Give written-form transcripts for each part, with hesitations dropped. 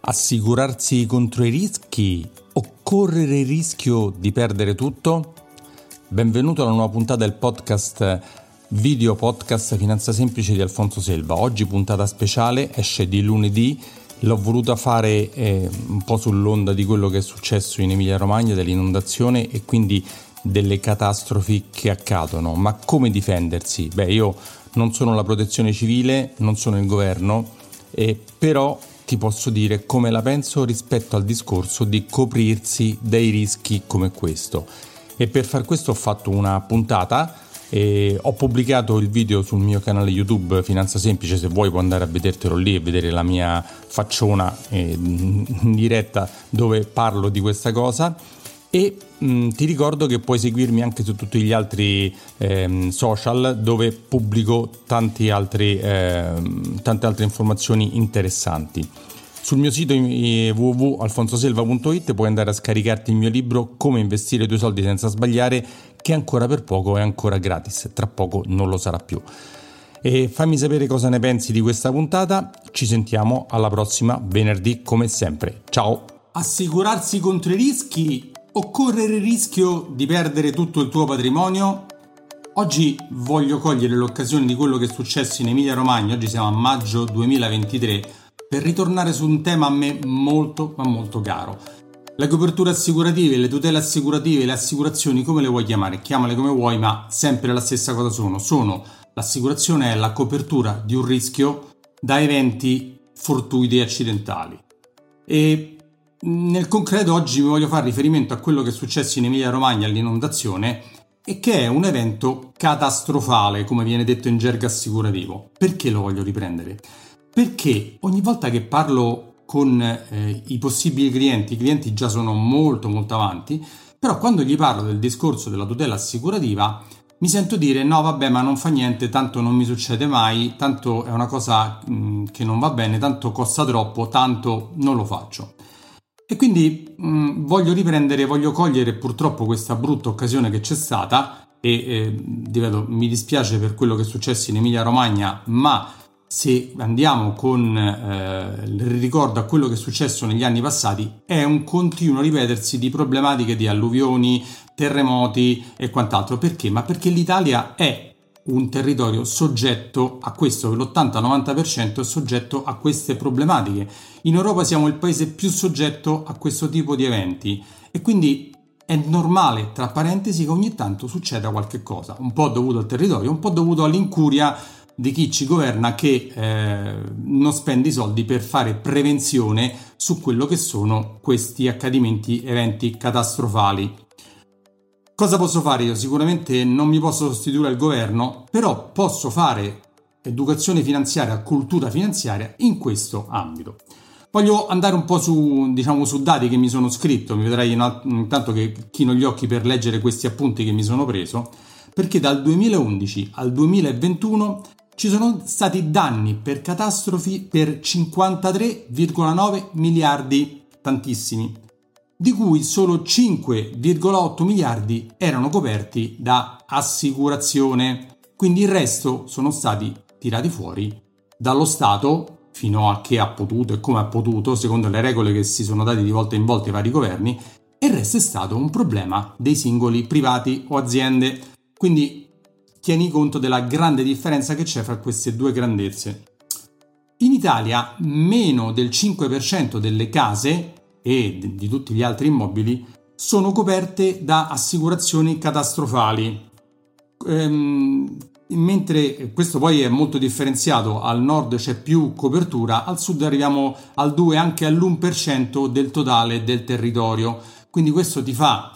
Assicurarsi contro i rischi o correre il rischio di perdere tutto? Benvenuto alla nuova puntata del video podcast Finanza Semplice di Alfonso Selva. Oggi puntata speciale, esce di lunedì. L'ho voluta fare un po' sull'onda di quello che è successo in Emilia-Romagna, dell'inondazione e quindi delle catastrofi che accadono. Ma come difendersi? Io non sono la protezione civile, non sono il governo, però ti posso dire come la penso rispetto al discorso di coprirsi dei rischi come questo. E per far questo ho fatto una puntata e ho pubblicato il video sul mio canale YouTube Finanza Semplice. Se vuoi puoi andare a vedertelo lì e vedere la mia facciona in diretta dove parlo di questa cosa. E ti ricordo che puoi seguirmi anche su tutti gli altri social dove pubblico tante altre informazioni interessanti. Sul mio sito www.alfonsoselva.it puoi andare a scaricarti il mio libro Come investire i tuoi soldi senza sbagliare, che ancora per poco è ancora gratis, tra poco non lo sarà più. E fammi sapere cosa ne pensi di questa puntata. Ci sentiamo alla prossima venerdì come sempre. Ciao! Assicurarsi contro i rischi o correre il rischio di perdere tutto il tuo patrimonio? Oggi voglio cogliere l'occasione di quello che è successo in Emilia-Romagna, oggi siamo a maggio 2023, per ritornare su un tema a me molto ma molto caro. Le coperture assicurative, le tutele assicurative, le assicurazioni, come le vuoi chiamare? Chiamale come vuoi, ma sempre la stessa cosa sono. L'assicurazione è la copertura di un rischio da eventi fortuiti e accidentali. E nel concreto oggi mi voglio fare riferimento a quello che è successo in Emilia-Romagna, all'inondazione, e che è un evento catastrofale, come viene detto in gergo assicurativo. Perché lo voglio riprendere? Perché ogni volta che parlo con i possibili clienti, i clienti già sono molto avanti, però quando gli parlo del discorso della tutela assicurativa mi sento dire no vabbè, ma non fa niente, tanto non mi succede mai, tanto è una cosa che non va bene, tanto costa troppo, tanto non lo faccio. E quindi voglio cogliere purtroppo questa brutta occasione che c'è stata e mi dispiace per quello che è successo in Emilia-Romagna, ma se andiamo con il ricordo a quello che è successo negli anni passati, è un continuo ripetersi di problematiche di alluvioni, terremoti e quant'altro. Perché? Ma perché l'Italia è un territorio soggetto a questo, l'80-90% è soggetto a queste problematiche. In Europa siamo il paese più soggetto a questo tipo di eventi e quindi è normale, tra parentesi, che ogni tanto succeda qualche cosa, un po' dovuto al territorio, un po' dovuto all'incuria di chi ci governa che non spende i soldi per fare prevenzione su quello che sono questi accadimenti, eventi catastrofali. Cosa posso fare io? Sicuramente non mi posso sostituire al governo, però posso fare educazione finanziaria, cultura finanziaria in questo ambito. Voglio andare un po' su dati che mi sono scritto, mi vedrai intanto che chino gli occhi per leggere questi appunti che mi sono preso, perché dal 2011 al 2021 ci sono stati danni per catastrofi per 53,9 miliardi, tantissimi, di cui solo 5,8 miliardi erano coperti da assicurazione, quindi il resto sono stati tirati fuori dallo Stato fino a che ha potuto e come ha potuto, secondo le regole che si sono date di volta in volta ai vari governi, e il resto è stato un problema dei singoli privati o aziende. Quindi tieni conto della grande differenza che c'è fra queste due grandezze. In Italia meno del 5% delle case e di tutti gli altri immobili sono coperte da assicurazioni catastrofali, mentre questo poi è molto differenziato. Al nord c'è più copertura, al sud arriviamo al 2 anche all'1% del totale del territorio, quindi questo ti fa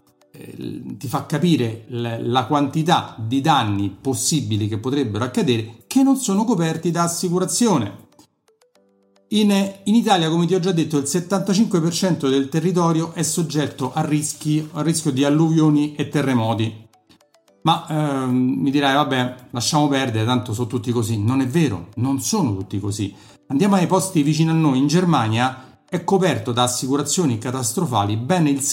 capire la quantità di danni possibili che potrebbero accadere che non sono coperti da assicurazione. In Italia, come ti ho già detto, il 75% del territorio è soggetto a rischio di alluvioni e terremoti. Ma mi dirai, vabbè, lasciamo perdere, tanto sono tutti così. Non è vero, non sono tutti così. Andiamo ai posti vicino a noi. In Germania è coperto da assicurazioni catastrofali ben il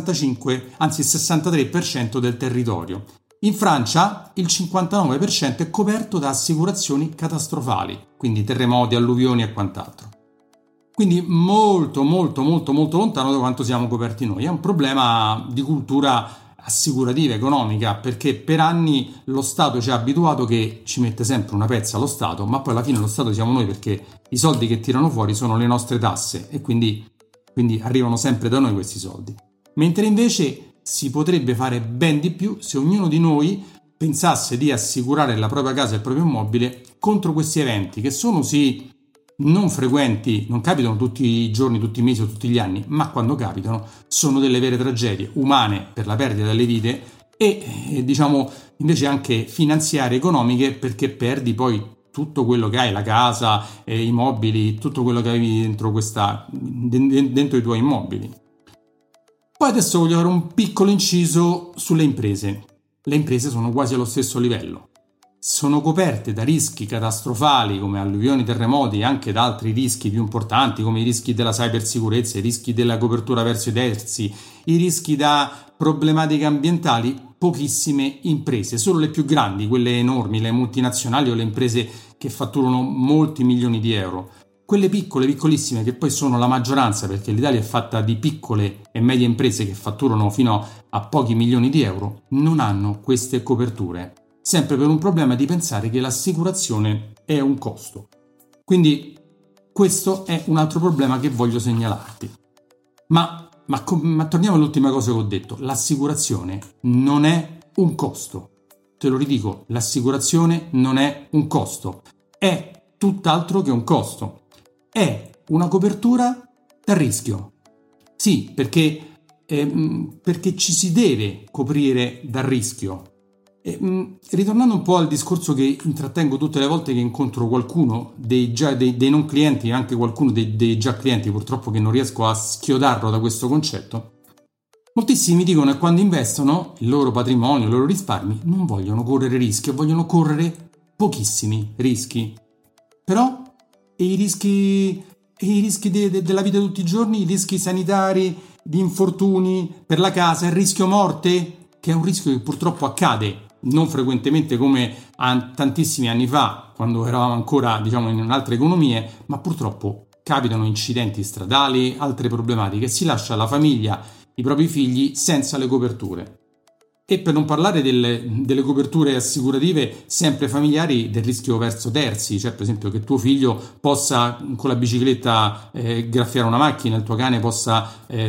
63% del territorio. In Francia il 59% è coperto da assicurazioni catastrofali, quindi terremoti, alluvioni e quant'altro. Quindi molto molto molto molto lontano da quanto siamo coperti noi. È un problema di cultura assicurativa, economica, perché per anni lo Stato ci ha abituato che ci mette sempre una pezza allo Stato, ma poi alla fine lo Stato siamo noi, perché i soldi che tirano fuori sono le nostre tasse e quindi arrivano sempre da noi questi soldi. Mentre invece si potrebbe fare ben di più se ognuno di noi pensasse di assicurare la propria casa e il proprio immobile contro questi eventi, che sono sì non frequenti, non capitano tutti i giorni, tutti i mesi o tutti gli anni, ma quando capitano sono delle vere tragedie umane per la perdita delle vite e diciamo invece anche finanziarie, economiche, perché perdi poi tutto quello che hai, la casa, i mobili, tutto quello che hai dentro i tuoi immobili. Poi adesso voglio fare un piccolo inciso sulle imprese. Le imprese sono quasi allo stesso livello. Sono coperte da rischi catastrofali come alluvioni, terremoti e anche da altri rischi più importanti come i rischi della cybersicurezza, i rischi della copertura verso i terzi, i rischi da problematiche ambientali, pochissime imprese, solo le più grandi, quelle enormi, le multinazionali o le imprese che fatturano molti milioni di euro. Quelle piccole, piccolissime, che poi sono la maggioranza perché l'Italia è fatta di piccole e medie imprese che fatturano fino a pochi milioni di euro, non hanno queste coperture. Sempre per un problema di pensare che l'assicurazione è un costo. Quindi questo è un altro problema che voglio segnalarti. Ma torniamo all'ultima cosa che ho detto. L'assicurazione non è un costo. Te lo ridico, l'assicurazione non è un costo. È tutt'altro che un costo. È una copertura dal rischio. Sì, perché ci si deve coprire dal rischio. Ritornando un po' al discorso che intrattengo tutte le volte che incontro qualcuno dei non clienti e anche qualcuno dei già clienti, purtroppo, che non riesco a schiodarlo da questo concetto, moltissimi mi dicono che quando investono il loro patrimonio, i loro risparmi, non vogliono correre rischi, vogliono correre pochissimi rischi. Però i rischi della vita di tutti i giorni, i rischi sanitari, di infortuni per la casa, il rischio morte, che è un rischio che purtroppo accade non frequentemente come tantissimi anni fa, quando eravamo ancora, diciamo, in altre economie, ma purtroppo capitano incidenti stradali, altre problematiche, si lascia la famiglia, i propri figli senza le coperture. E per non parlare delle coperture assicurative sempre familiari, del rischio verso terzi, cioè per esempio che tuo figlio possa con la bicicletta graffiare una macchina, il tuo cane possa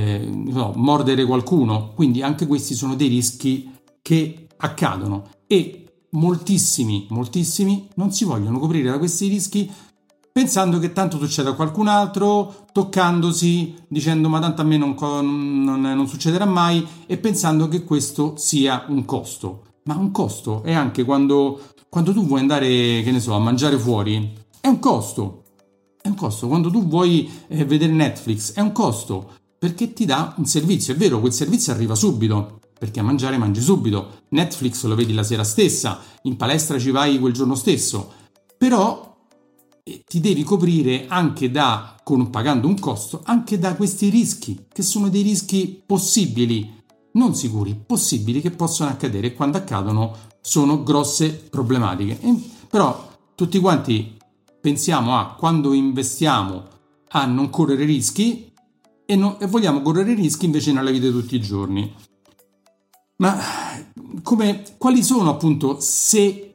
mordere qualcuno, quindi anche questi sono dei rischi che accadono e moltissimi non si vogliono coprire da questi rischi pensando che tanto succeda a qualcun altro, toccandosi, dicendo ma tanto a me non succederà mai, e pensando che questo sia un costo. Ma un costo è anche quando tu vuoi andare, che ne so, a mangiare fuori, è un costo. È un costo. Quando tu vuoi vedere Netflix, è un costo, perché ti dà un servizio. È vero, quel servizio arriva subito, perché a mangiare mangi subito. Netflix lo vedi la sera stessa, in palestra ci vai quel giorno stesso. Però ti devi coprire anche pagando un costo, anche da questi rischi, che sono dei rischi possibili, non sicuri, possibili, che possono accadere, e quando accadono sono grosse problematiche. Però tutti quanti pensiamo quando investiamo a non correre rischi e vogliamo correre rischi invece nella vita di tutti i giorni. Ma quali sono appunto, se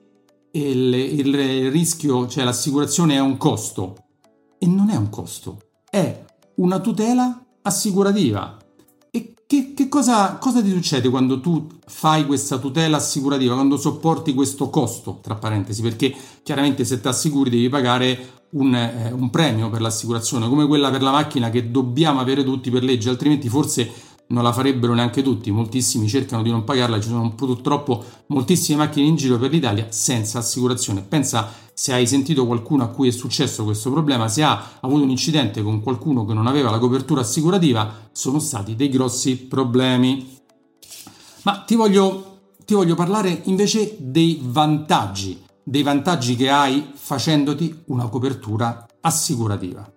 il rischio, cioè l'assicurazione, è un costo? E non è un costo, è una tutela assicurativa. E che cosa ti succede quando tu fai questa tutela assicurativa, quando sopporti questo costo, tra parentesi? Perché chiaramente se ti assicuri devi pagare un premio per l'assicurazione, come quella per la macchina che dobbiamo avere tutti per legge, altrimenti forse non la farebbero neanche tutti. Moltissimi cercano di non pagarla, ci sono purtroppo moltissime macchine in giro per l'Italia senza assicurazione. Pensa se hai sentito qualcuno a cui è successo questo problema, se ha avuto un incidente con qualcuno che non aveva la copertura assicurativa, sono stati dei grossi problemi. Ma ti voglio parlare invece dei vantaggi che hai facendoti una copertura assicurativa.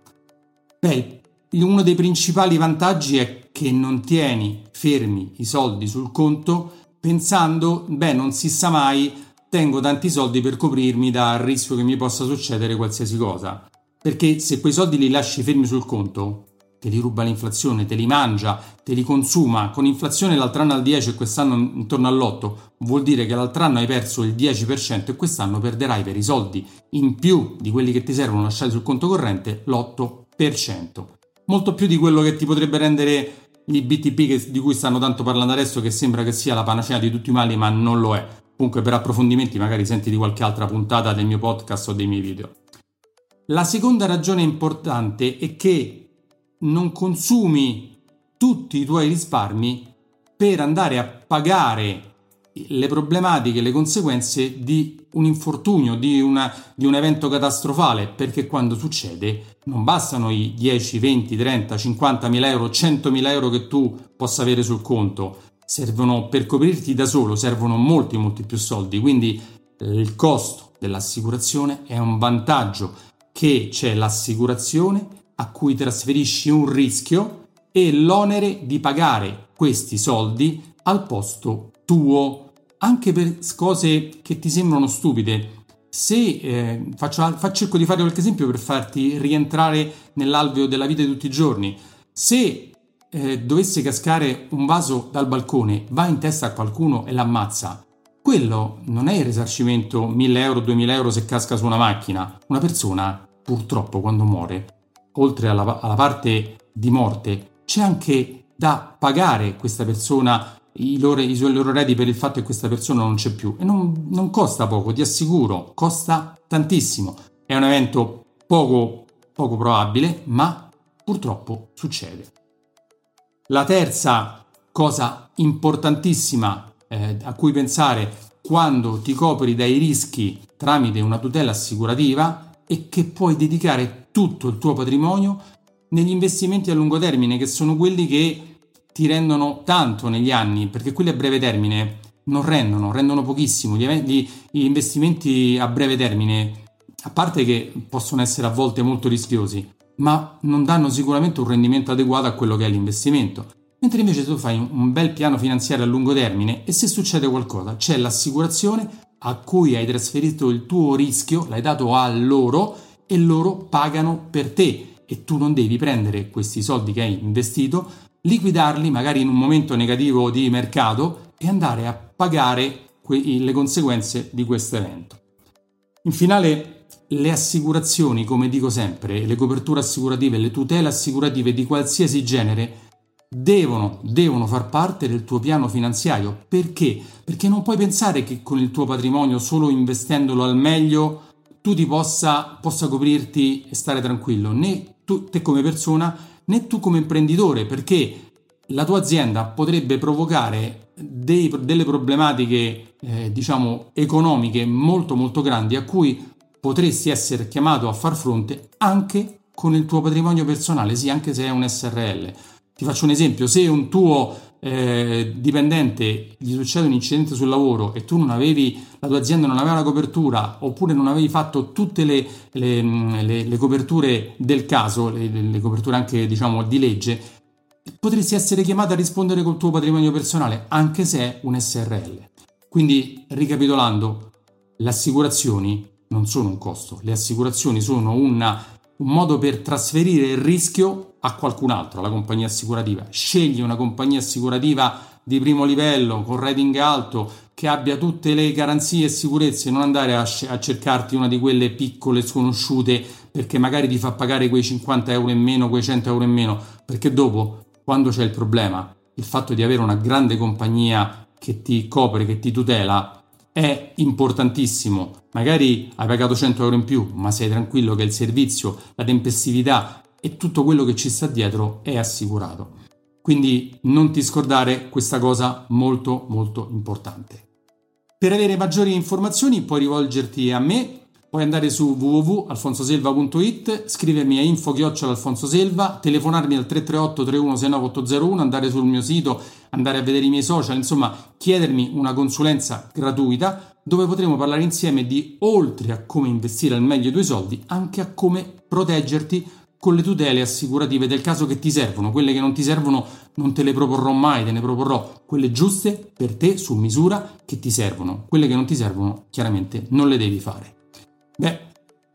Uno dei principali vantaggi è che non tieni fermi i soldi sul conto pensando, non si sa mai, tengo tanti soldi per coprirmi dal rischio che mi possa succedere qualsiasi cosa. perché se quei soldi li lasci fermi sul conto, te li ruba l'inflazione, te li mangia, te li consuma. Con inflazione l'altro anno al 10 e quest'anno intorno all'8, vuol dire che l'altro anno hai perso il 10% e quest'anno perderai per i soldi in più di quelli che ti servono lasciati sul conto corrente l'8%. Molto più di quello che ti potrebbe rendere i BTP di cui stanno tanto parlando adesso, che sembra che sia la panacea di tutti i mali, ma non lo è. Comunque, per approfondimenti magari senti di qualche altra puntata del mio podcast o dei miei video. La seconda ragione importante è che non consumi tutti i tuoi risparmi per andare a pagare le problematiche, le conseguenze di un infortunio, di un evento catastrofale, perché quando succede non bastano i 10, 20, 30, 50 mila euro, 100 mila euro che tu possa avere sul conto, servono per coprirti da solo, servono molti più soldi, quindi il costo dell'assicurazione è un vantaggio, che c'è l'assicurazione a cui trasferisci un rischio e l'onere di pagare questi soldi al posto tuo, anche per cose che ti sembrano stupide. Se cerco di fare qualche esempio per farti rientrare nell'alveo della vita di tutti i giorni. Se dovesse cascare un vaso dal balcone, va in testa a qualcuno e l'ammazza, quello non è il risarcimento 1.000 euro, 2.000 euro se casca su una macchina. Una persona, purtroppo, quando muore, oltre alla parte di morte, c'è anche da pagare questa persona, i loro eredi, per il fatto che questa persona non c'è più. E non costa poco, ti assicuro, costa tantissimo. È un evento poco probabile, ma purtroppo succede. La terza cosa importantissima a cui pensare quando ti copri dai rischi tramite una tutela assicurativa è che puoi dedicare tutto il tuo patrimonio negli investimenti a lungo termine, che sono quelli che ti rendono tanto negli anni, perché quelli a breve termine non rendono pochissimo. Gli investimenti a breve termine, a parte che possono essere a volte molto rischiosi, ma non danno sicuramente un rendimento adeguato a quello che è l'investimento. Mentre invece tu fai un bel piano finanziario a lungo termine e se succede qualcosa c'è l'assicurazione a cui hai trasferito il tuo rischio, l'hai dato a loro e loro pagano per te, e tu non devi prendere questi soldi che hai investito, liquidarli magari in un momento negativo di mercato e andare a pagare le conseguenze di questo evento. In finale, le assicurazioni, come dico sempre, le coperture assicurative, le tutele assicurative di qualsiasi genere devono far parte del tuo piano finanziario. Perché? Perché non puoi pensare che con il tuo patrimonio, solo investendolo al meglio, tu ti possa coprirti e stare tranquillo, né te come persona né tu come imprenditore, perché la tua azienda potrebbe provocare delle problematiche economiche molto grandi, a cui potresti essere chiamato a far fronte anche con il tuo patrimonio personale, sì, anche se è un SRL. Ti faccio un esempio: se un tuo dipendente gli succede un incidente sul lavoro e la tua azienda non aveva la copertura, oppure non avevi fatto tutte le coperture del caso, le coperture anche di legge, potresti essere chiamato a rispondere col tuo patrimonio personale, anche se è un SRL. Quindi, ricapitolando, le assicurazioni non sono un costo, le assicurazioni sono un modo per trasferire il rischio a qualcun altro, alla compagnia assicurativa. Scegli una compagnia assicurativa di primo livello, con rating alto, che abbia tutte le garanzie e sicurezze, non andare a cercarti una di quelle piccole sconosciute, perché magari ti fa pagare quei 50 euro in meno, quei 100 euro in meno, perché dopo, quando c'è il problema, il fatto di avere una grande compagnia che ti copre, che ti tutela, è importantissimo. Magari hai pagato 100 euro in più, ma sei tranquillo che il servizio, la tempestività e tutto quello che ci sta dietro è assicurato. Quindi non ti scordare questa cosa molto importante. Per avere maggiori informazioni puoi rivolgerti a me, puoi andare su www.alfonsoselva.it, scrivermi a info@alfonsoselva, telefonarmi al 338 31 69801, andare sul mio sito, andare a vedere i miei social, insomma chiedermi una consulenza gratuita dove potremo parlare insieme di, oltre a come investire al meglio i tuoi soldi, anche a come proteggerti con le tutele assicurative del caso che ti servono. Quelle che non ti servono non te le proporrò mai, te ne proporrò quelle giuste per te, su misura, che ti servono. Quelle che non ti servono chiaramente non le devi fare.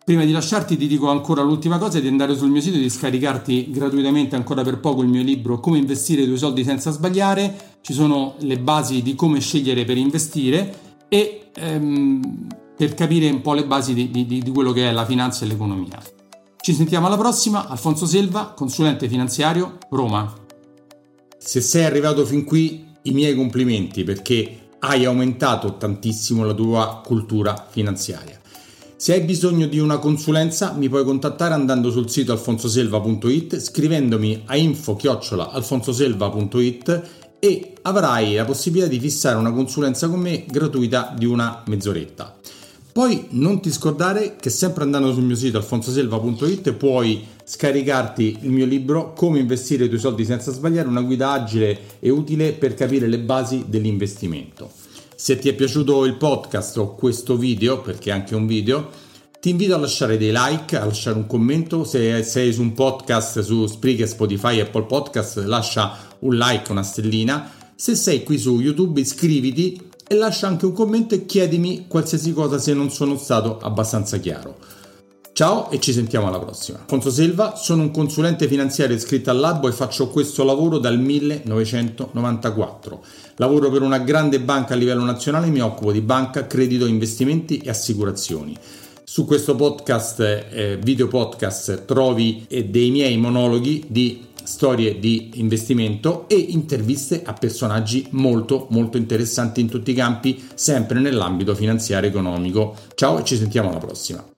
Prima di lasciarti ti dico ancora l'ultima cosa, di andare sul mio sito e di scaricarti gratuitamente ancora per poco il mio libro Come investire i tuoi soldi senza sbagliare. Ci sono le basi di come scegliere per investire e per capire un po' le basi di quello che è la finanza e l'economia. Ci sentiamo alla prossima. Alfonso Selva, consulente finanziario, Roma. Se sei arrivato fin qui, i miei complimenti, perché hai aumentato tantissimo la tua cultura finanziaria. Se hai bisogno di una consulenza mi puoi contattare andando sul sito alfonsoselva.it, scrivendomi a info@alfonsoselva.it e avrai la possibilità di fissare una consulenza con me gratuita di una mezz'oretta. Poi non ti scordare che sempre andando sul mio sito alfonsoselva.it puoi scaricarti il mio libro Come investire i tuoi soldi senza sbagliare, una guida agile e utile per capire le basi dell'investimento. Se ti è piaciuto il podcast o questo video, perché è anche un video, ti invito a lasciare dei like, a lasciare un commento. Se sei su un podcast su Spreaker, Spotify, Apple Podcast, lascia un like, una stellina. Se sei qui su YouTube, iscriviti e lascia anche un commento e chiedimi qualsiasi cosa se non sono stato abbastanza chiaro. Ciao e ci sentiamo alla prossima. Alfonso Selva, sono un consulente finanziario iscritto all'albo e faccio questo lavoro dal 1994. Lavoro per una grande banca a livello nazionale e mi occupo di banca, credito, investimenti e assicurazioni. Su questo podcast, video podcast, trovi dei miei monologhi di storie di investimento e interviste a personaggi molto molto interessanti in tutti i campi, sempre nell'ambito finanziario economico. Ciao e ci sentiamo alla prossima.